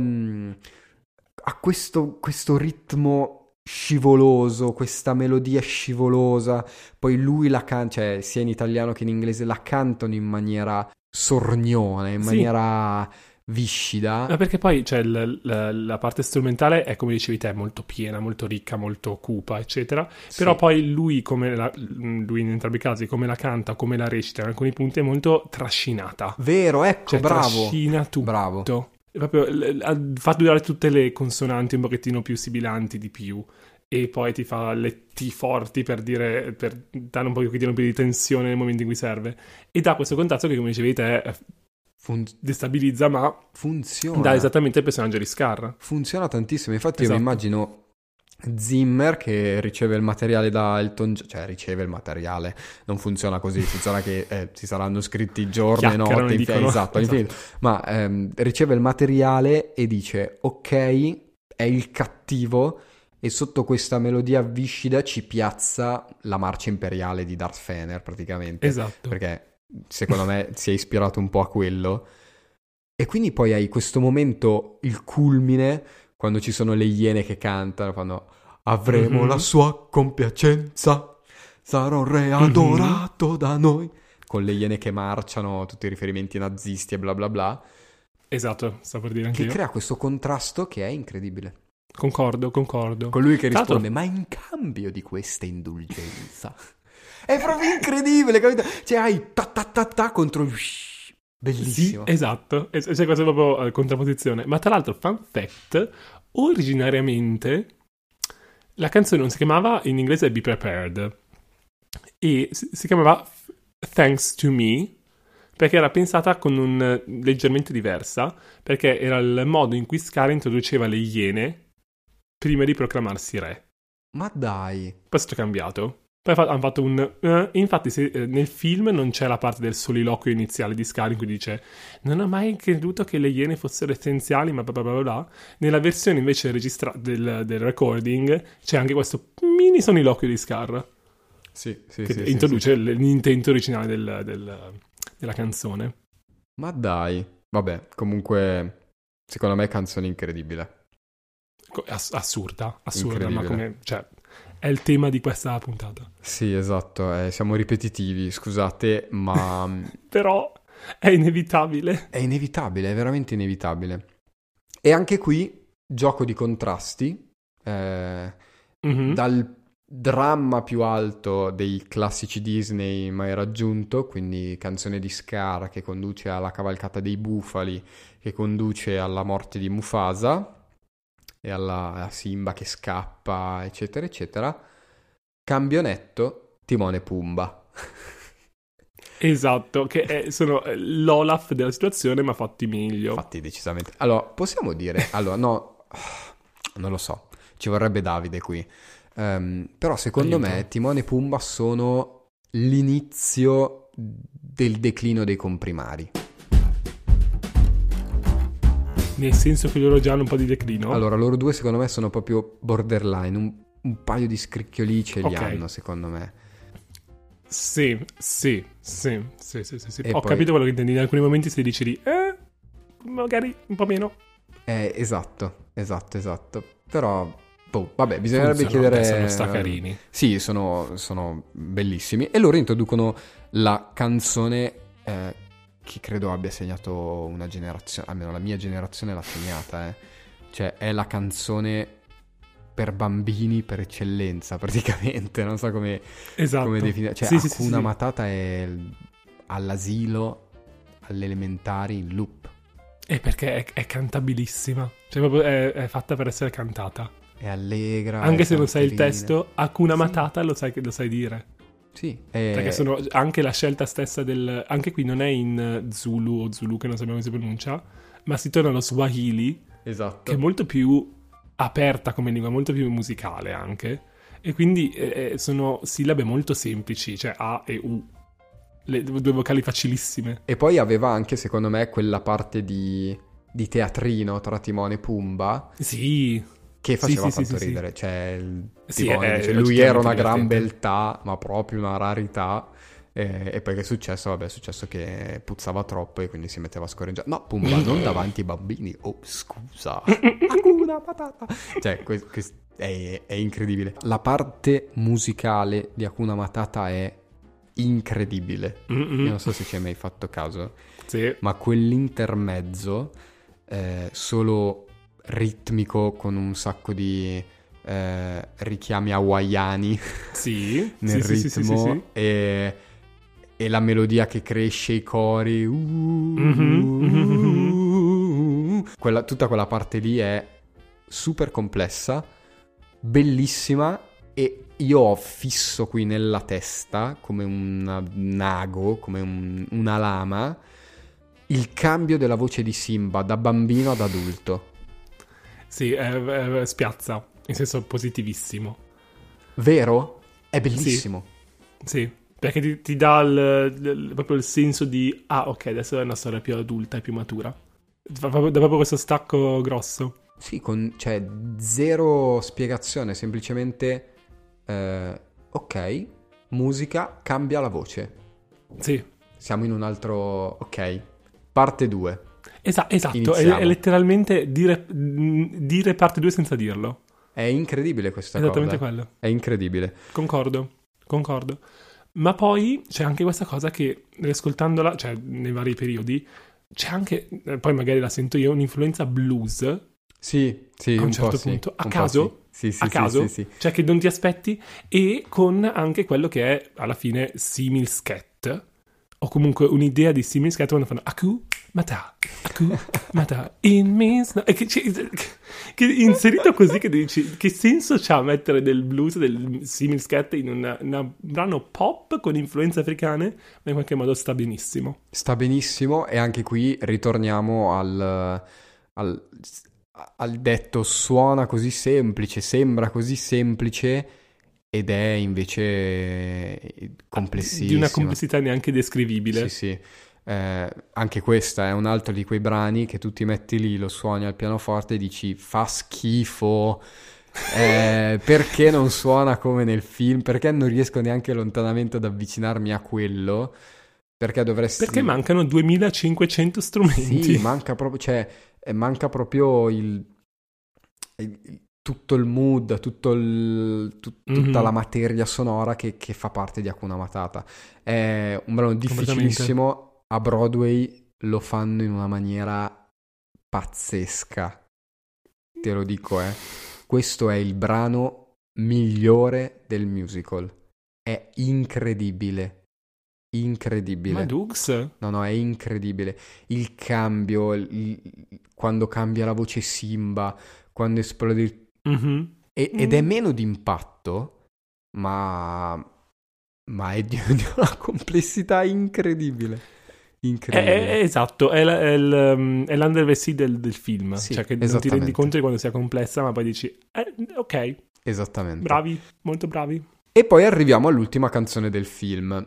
ritmo scivoloso, questa melodia scivolosa, poi lui la canta, cioè sia in italiano che in inglese la cantano in maniera sornione, in maniera viscida. Ma perché poi la parte strumentale è, come dicevi te, molto piena, molto ricca, molto cupa, eccetera. Però poi lui lui in entrambi i casi, come la canta, come la recita, in alcuni punti è molto trascinata. Vero, ecco, cioè, bravo. Trascina tutto. Bravo. Proprio fa durare tutte le consonanti un pochettino più sibilanti di più, e poi ti fa le T forti per dare un pochettino più di tensione nel momento in cui serve, e dà questo contrasto che, come dicevi te, destabilizza, ma funziona. Dà esattamente il personaggio di Scar. Funziona tantissimo. Infatti io mi immagino Zimmer che riceve il materiale da Elton John, cioè riceve il materiale, non funziona così, funziona che si saranno scritti giorno e notte, esatto. Ma riceve il materiale e dice ok, è il cattivo, e sotto questa melodia viscida ci piazza la marcia imperiale di Darth Vader praticamente. Esatto. Perché secondo me si è ispirato un po' a quello. E quindi poi hai questo momento, il culmine, quando ci sono le iene che cantano, fanno avremo la sua compiacenza, sarò re adorato da noi, con le iene che marciano, tutti i riferimenti nazisti e bla bla bla. Esatto, sto per dire anche che io. Crea questo contrasto che è incredibile. Concordo. Con lui che risponde, ma in cambio di questa indulgenza... È proprio incredibile, capito? Cioè hai ta contro il... Bellissimo. Sì, esatto. C'è questa proprio contrapposizione. Ma tra l'altro, fun fact, originariamente la canzone non si chiamava in inglese Be Prepared, e si chiamava Thanks to Me, perché era pensata con un leggermente diversa, perché era il modo in cui Scar introduceva le iene prima di proclamarsi re. Ma dai. Poi è stato cambiato. Poi hanno fatto infatti nel film non c'è la parte del soliloquio iniziale di Scar in cui dice non ho mai creduto che le iene fossero essenziali, ma bla bla bla bla. Nella versione invece del recording c'è anche questo mini soliloquio di Scar che introduce l'intento originale della canzone. Ma dai. Vabbè, comunque secondo me è canzone incredibile. Assurda, ma come, cioè, è il tema di questa puntata. Sì, esatto, siamo ripetitivi, scusate, ma... Però è inevitabile. È inevitabile, è veramente inevitabile. E anche qui, gioco di contrasti, dal dramma più alto dei classici Disney mai raggiunto, quindi canzone di Scar che conduce alla cavalcata dei bufali, che conduce alla morte di Mufasa e alla Simba che scappa, eccetera eccetera. Cambio netto, Timone e Pumba. Esatto, che sono l'Olaf della situazione, ma fatti meglio. Fatti decisamente. Allora, possiamo dire... Allora, no, non lo so, ci vorrebbe Davide qui. Però secondo me Timone e Pumba sono l'inizio del declino dei comprimari. Nel senso che loro già hanno un po' di declino? Allora, loro due secondo me sono proprio borderline, un paio di scricchioli ce li hanno, secondo me. Sì. Ho capito quello che intendi. In alcuni momenti si dice di magari un po' meno. Esatto. Però Boh, vabbè, bisognerebbe Funzionano, chiedere. sono stracarini. Sì, sono bellissimi. E loro introducono la canzone che credo abbia segnato una generazione, almeno la mia generazione l'ha segnata, Cioè, è la canzone per bambini per eccellenza, praticamente. Non so come definire. Cioè, Sì, Hakuna Matata è all'asilo, alle elementari, in loop. Perché è cantabilissima. Cioè, proprio è fatta per essere cantata. È allegra. Anche è se non sai il canterina. testo, Hakuna Matata lo sai dire. Sì, Perché sono anche la scelta stessa del... Anche qui non è in Zulu o Zulu, che non sappiamo come si pronuncia, ma si torna allo Swahili, esatto. che è molto più aperta come lingua, molto più musicale anche. E quindi sono sillabe molto semplici, cioè A e U. Le due vocali facilissime. E poi aveva anche, secondo me, quella parte di teatrino tra Timone e Pumba Sì. che faceva Sì, tanto sì. ridere. Cioè, Sì, Timone dice, è lui era una oggettivamente gran divertente. beltà, ma proprio una rarità. E poi che è successo? Vabbè, è successo che puzzava troppo e quindi si metteva a scorreggiare. No, Pumba, non davanti ai bambini. Oh, scusa. Hakuna Matata. Cioè, è incredibile. La parte musicale di Hakuna Matata è incredibile. Io non so se ci hai mai fatto caso, Sì. ma quell'intermezzo solo ritmico con un sacco di richiami hawaiani Sì. nel Sì. ritmo e la melodia che cresce, i cori, tutta quella parte lì è super complessa, bellissima, e io ho fisso qui nella testa come un ago, come una lama, il cambio della voce di Simba da bambino ad adulto. Sì, spiazza, in senso positivissimo. Vero? È bellissimo. Sì, perché ti dà proprio il senso di ok, adesso è una storia più adulta e più matura. Dà proprio questo stacco grosso. Sì, cioè zero spiegazione, semplicemente ok, musica, cambia la voce. Sì. Siamo in un altro... ok, parte 2. Esatto, è letteralmente dire parte 2 senza dirlo. È incredibile questa Esattamente cosa. quello. È incredibile. Concordo. Ma poi c'è anche questa cosa che, riascoltandola, cioè nei vari periodi, c'è anche, poi magari la sento io, un'influenza blues. Sì, A un certo sì, punto, a un caso, po' sì. Sì, a caso, sì. cioè che non ti aspetti, e con anche quello che è alla fine simil scat, o comunque un'idea di simil scat quando fanno Aku Mata, it means no. E che inserito così che dici, che senso c'ha mettere del blues, del simil scat in un brano pop con influenze africane, ma in qualche modo sta benissimo. Sta benissimo, e anche qui ritorniamo al detto: suona così semplice, sembra così semplice, ed è invece complessissimo. Di una complessità neanche descrivibile. Sì. Anche questa è un altro di quei brani che tu ti metti lì, lo suoni al pianoforte e dici fa schifo, perché non suona come nel film, perché non riesco neanche lontanamente ad avvicinarmi a quello, perché mancano 2500 strumenti. Sì, manca proprio tutto il mood, tutta la materia sonora che fa parte di Hakuna Matata. È un brano difficilissimo, a Broadway lo fanno in una maniera pazzesca, te lo dico, Questo è il brano migliore del musical, è incredibile. Ma Dux? No, è incredibile. Il cambio, quando cambia la voce Simba, quando esplode ed è meno d'impatto, ma è di una complessità incredibile. Esatto, è l'undervesty del film, Sì, cioè che non ti rendi conto di quando sia complessa, ma poi dici, ok, esattamente. bravi, molto bravi. E poi arriviamo all'ultima canzone del film.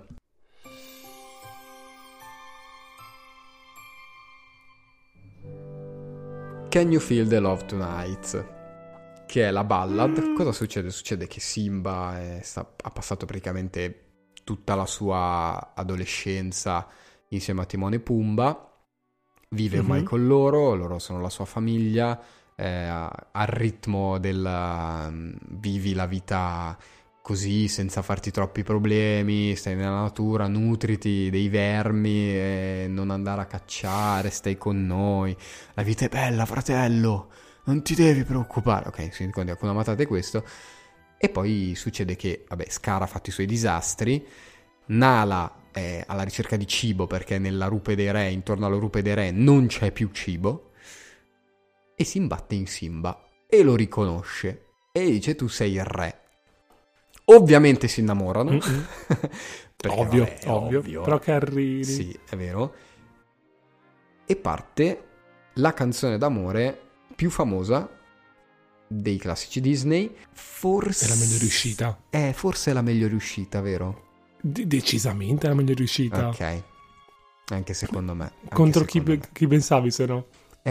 Can You Feel the Love Tonight? Che è la ballad. Cosa succede? Succede che Simba ha passato praticamente tutta la sua adolescenza insieme a Timone e Pumba, vive ormai con loro sono la sua famiglia, al ritmo vivi la vita così senza farti troppi problemi, stai nella natura, nutriti dei vermi, non andare a cacciare, stai con noi, la vita è bella, fratello, non ti devi preoccupare. Ok, si ricorda con una matate questo. E poi succede che, vabbè, Scar ha fatto i suoi disastri, Nala è alla ricerca di cibo perché nella rupe dei re, intorno alla rupe dei re, non c'è più cibo, e si imbatte in Simba e lo riconosce e dice: tu sei il re. Ovviamente si innamorano. Perché, ovvio, vabbè, ovvio, però Carrini. Sì, è vero. E parte la canzone d'amore più famosa dei classici Disney. Forse è la meglio riuscita. Forse è la meglio riuscita, vero? Decisamente la meglio riuscita. Ok, anche secondo me. Contro chi pensavi, se no?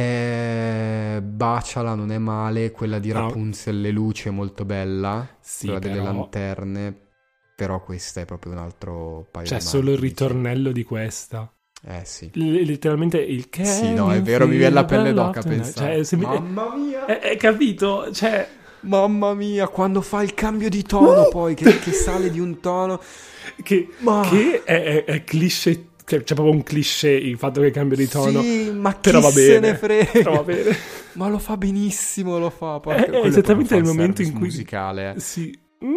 Baciala non è male, quella di Rapunzel, le luci è molto bella, sì, quella però... delle lanterne, però questa è proprio un altro paio di maniche. C'è solo il ritornello di questa. Sì. Letteralmente il che... Sì, no, è vero, mi viene la pelle d'oca a pensare. Cioè, mamma mia! È capito? Cioè... Mamma mia, quando fa il cambio di tono poi, che sale di un tono... Che è cliché. C'è proprio un cliché il fatto che cambia di tono. Sì, ma chi però va bene, se ne frega. Però va bene. Ma lo fa benissimo, lo fa. È esattamente il momento in cui... musicale. Sì.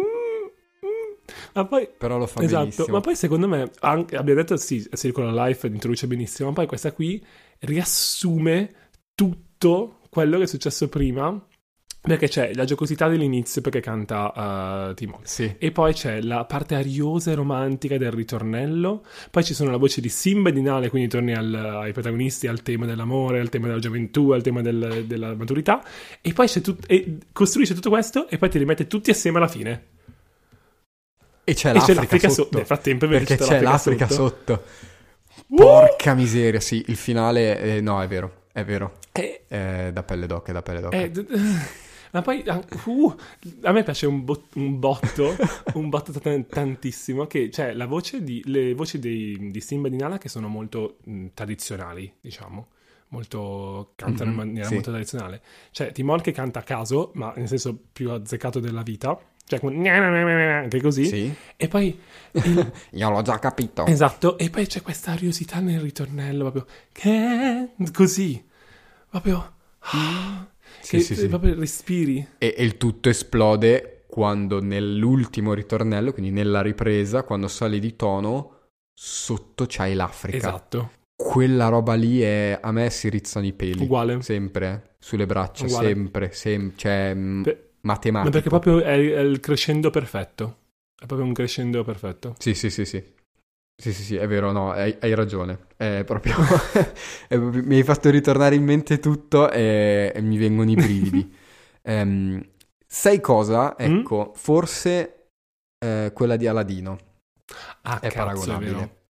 Ma poi... Però lo fa esatto, benissimo. ma poi secondo me, abbiamo detto sì, Circular Life introduce benissimo, ma poi questa qui riassume tutto quello che è successo prima. Perché c'è la giocosità dell'inizio perché canta Timon. Sì. E poi c'è la parte ariosa e romantica del ritornello. Poi ci sono la voce di Simba e di Nala, quindi torni ai protagonisti, al tema dell'amore, al tema della gioventù, al tema della maturità. E poi e costruisce tutto questo e poi ti rimette tutti assieme alla fine. E c'è l'Africa sotto. Nel frattempo perché c'è l'Africa sotto. Porca miseria, sì, il finale... no, è vero. Da pelle d'oca, ma poi a me piace un botto tantissimo, che c'è le voci di Simba e di Nala che sono molto tradizionali, diciamo, molto cantano in maniera molto tradizionale. C'è Timon che canta a caso, ma nel senso più azzeccato della vita, cioè anche così, sì. E poi io l'ho già capito. Esatto, e poi c'è questa ariosità nel ritornello, proprio che così, proprio sì. proprio respiri. E il tutto esplode quando nell'ultimo ritornello, quindi nella ripresa, quando sali di tono, sotto c'hai l'Africa. Esatto. Quella roba lì a me si rizzano i peli. Uguale. Sempre, sulle braccia, uguale. sempre, cioè matematico. Ma perché proprio è il crescendo perfetto. È proprio un crescendo perfetto. Sì, è vero, no, hai ragione. È proprio... mi hai fatto ritornare in mente tutto e mi vengono i brividi. Sai cosa? Ecco, forse quella di Aladino è paragonabile. È vero.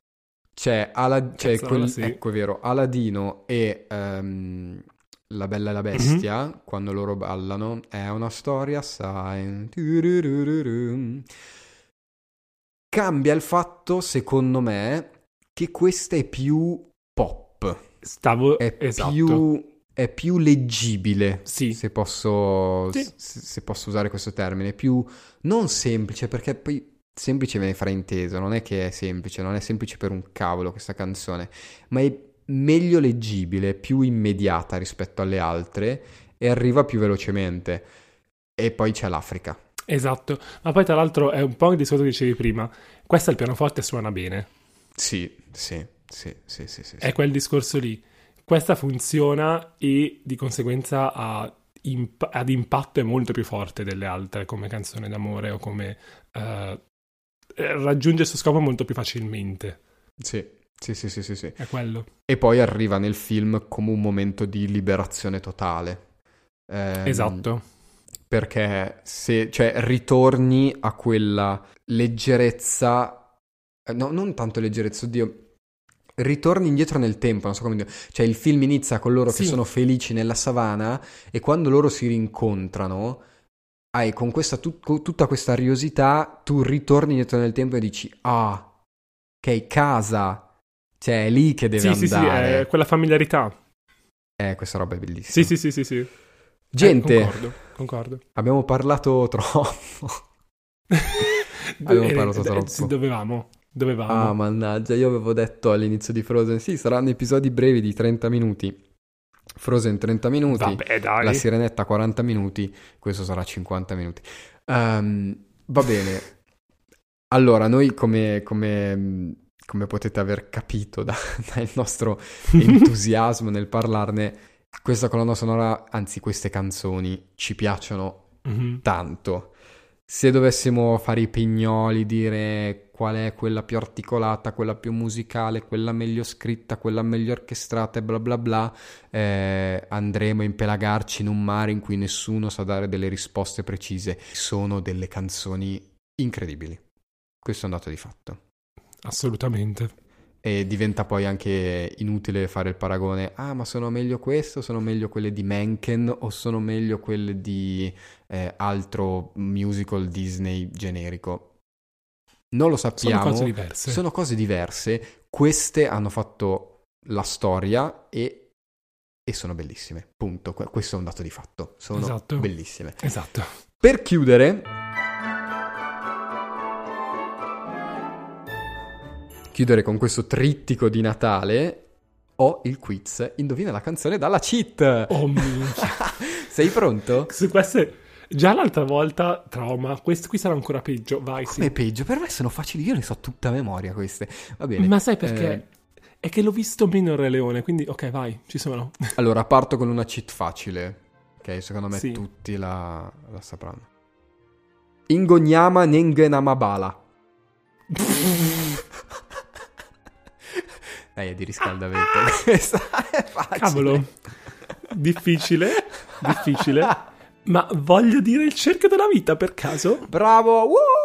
Sì. Ecco, è vero, Aladino e La Bella e la Bestia, quando loro ballano, è una storia, sai... Cambia il fatto, secondo me, che questa è più pop. È più leggibile, sì. se posso usare questo termine. Più non semplice, perché poi semplice viene frainteso. Non è che è semplice, non è semplice per un cavolo questa canzone, ma è meglio leggibile, più immediata rispetto alle altre e arriva più velocemente. E poi c'è l'Africa. Esatto, ma poi tra l'altro è un po' il discorso che dicevi prima, questo al pianoforte suona bene. Sì. È quel discorso lì. Questa funziona e di conseguenza ad impatto è molto più forte delle altre come canzone d'amore o come raggiunge il suo scopo molto più facilmente. Sì. È quello. E poi arriva nel film come un momento di liberazione totale. Esatto. Perché ritorni a quella leggerezza, no, non tanto leggerezza, oddio, ritorni indietro nel tempo, non so come dire. Cioè il film inizia con loro che sono felici nella savana e quando loro si rincontrano, hai con questa tutta questa ariosità, tu ritorni indietro nel tempo e dici, ok, casa, è lì che deve andare. Sì, è quella familiarità. Questa roba è bellissima. Sì. Gente, concordo. abbiamo parlato troppo. Abbiamo parlato troppo. Sì, dovevamo. Ah, mannaggia, io avevo detto all'inizio di Frozen, sì, saranno episodi brevi di 30 minuti. Frozen 30 minuti, Vabbè, dai. La Sirenetta 40 minuti, questo sarà 50 minuti. Va bene. Allora, noi come potete aver capito dal nostro entusiasmo nel parlarne, questa colonna sonora, anzi queste canzoni, ci piacciono tanto. Se dovessimo fare i pignoli, dire qual è quella più articolata, quella più musicale, quella meglio scritta, quella meglio orchestrata e bla bla bla, andremo a impelagarci in un mare in cui nessuno sa dare delle risposte precise. Sono delle canzoni incredibili. Questo è un dato di fatto. Assolutamente. E diventa poi anche inutile fare il paragone. Ah, ma sono meglio questo? Sono meglio quelle di Mencken? O sono meglio quelle di altro musical Disney generico? Non lo sappiamo. Sono cose diverse. Queste hanno fatto la storia e sono bellissime. Punto. Questo è un dato di fatto. Sono bellissime. Esatto. Per chiudere con questo trittico di Natale, ho il quiz. Indovina la canzone dalla cheat. Oh mio. Sei pronto? Su queste... Già l'altra volta, trauma. Questo qui sarà ancora peggio. Vai, Come sì. peggio? Per me sono facili. Io ne so tutta a memoria queste. Va bene. Ma sai perché? È che l'ho visto meno il Re Leone, quindi ok, vai, ci sono. Allora, parto con una cheat facile. Ok, secondo me sì. Tutti la sapranno. Ingonyama Nengenamabala. È di riscaldamento. Questa è facile. Cavolo. Difficile. Ma voglio dire il cerchio della vita per caso? Bravo.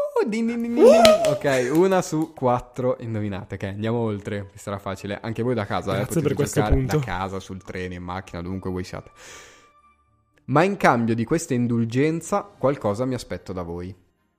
Ok, 1 su 4 indovinate. Ok, andiamo oltre. Questa era facile. Anche voi da casa. Grazie per questo giocare punto. Da casa, sul treno, in macchina, dovunque voi siate. Ma in cambio di questa indulgenza, qualcosa mi aspetto da voi.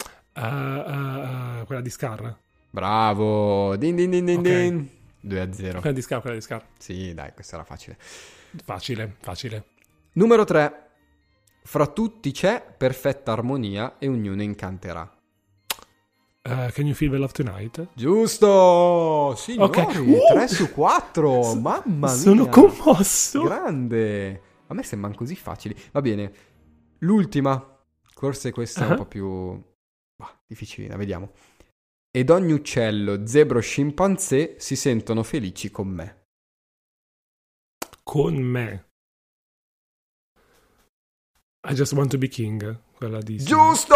Quella di Scar. Bravo. Din. 2-0. Quella di Scar. Sì, dai, questa era facile. Facile. Numero 3. Fra tutti c'è perfetta armonia e ognuno incanterà. Can you feel the love tonight? Giusto! Signori, okay. 3 su 4. Mamma mia. Sono commosso. Grande. A me sembrano così facili. Va bene. L'ultima. Forse questa è un po' più difficilina, vediamo. Ed ogni uccello, zebro, scimpanzé si sentono felici con me. Con me. I just want to be king. Quella di... Giusto!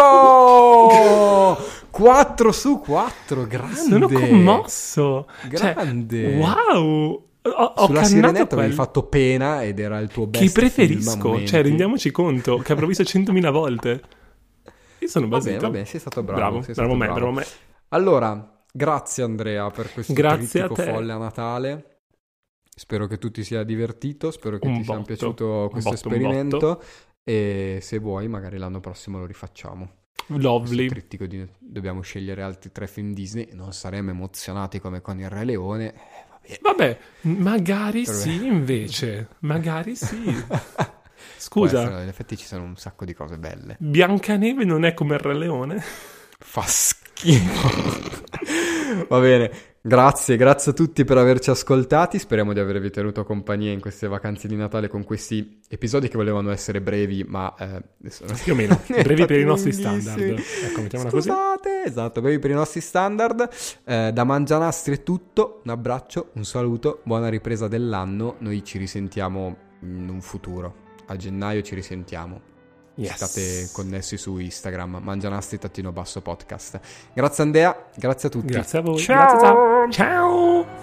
4 su 4. Grande. Sono commosso. Grande. Wow. Ho Sulla Sirenetta avevi fatto pena ed era il tuo best. Chi preferisco? Film, rendiamoci conto che avrò visto 100.000 volte. Io sono basito. Va bene, sei stato bravo. Bravo me. Allora, grazie Andrea per questo trittico folle a Natale. Spero che tu ti sia divertito, spero che ti sia piaciuto questo esperimento e se vuoi magari l'anno prossimo lo rifacciamo. Lovely. Trittico dobbiamo scegliere altri 3 film Disney, non saremo emozionati come con il Re Leone. Vabbè, magari sì invece, magari sì. Scusa, in effetti ci sono un sacco di cose belle. Biancaneve non è come il Re Leone? Fa schifo. Va bene, grazie a tutti per averci ascoltati. Speriamo di avervi tenuto compagnia in queste vacanze di Natale con questi episodi che volevano essere brevi, ma più o meno brevi per i nostri standard. Ecco, mettiamola così. Scusate, esatto, brevi per i nostri standard. Da Mangianastri è tutto. Un abbraccio, un saluto, buona ripresa dell'anno. Noi ci risentiamo in un futuro. A gennaio ci risentiamo. Yes. State connessi su Instagram, Mangianastri_podcast. Grazie Andrea, grazie a tutti. Grazie a voi. Ciao. Ciao.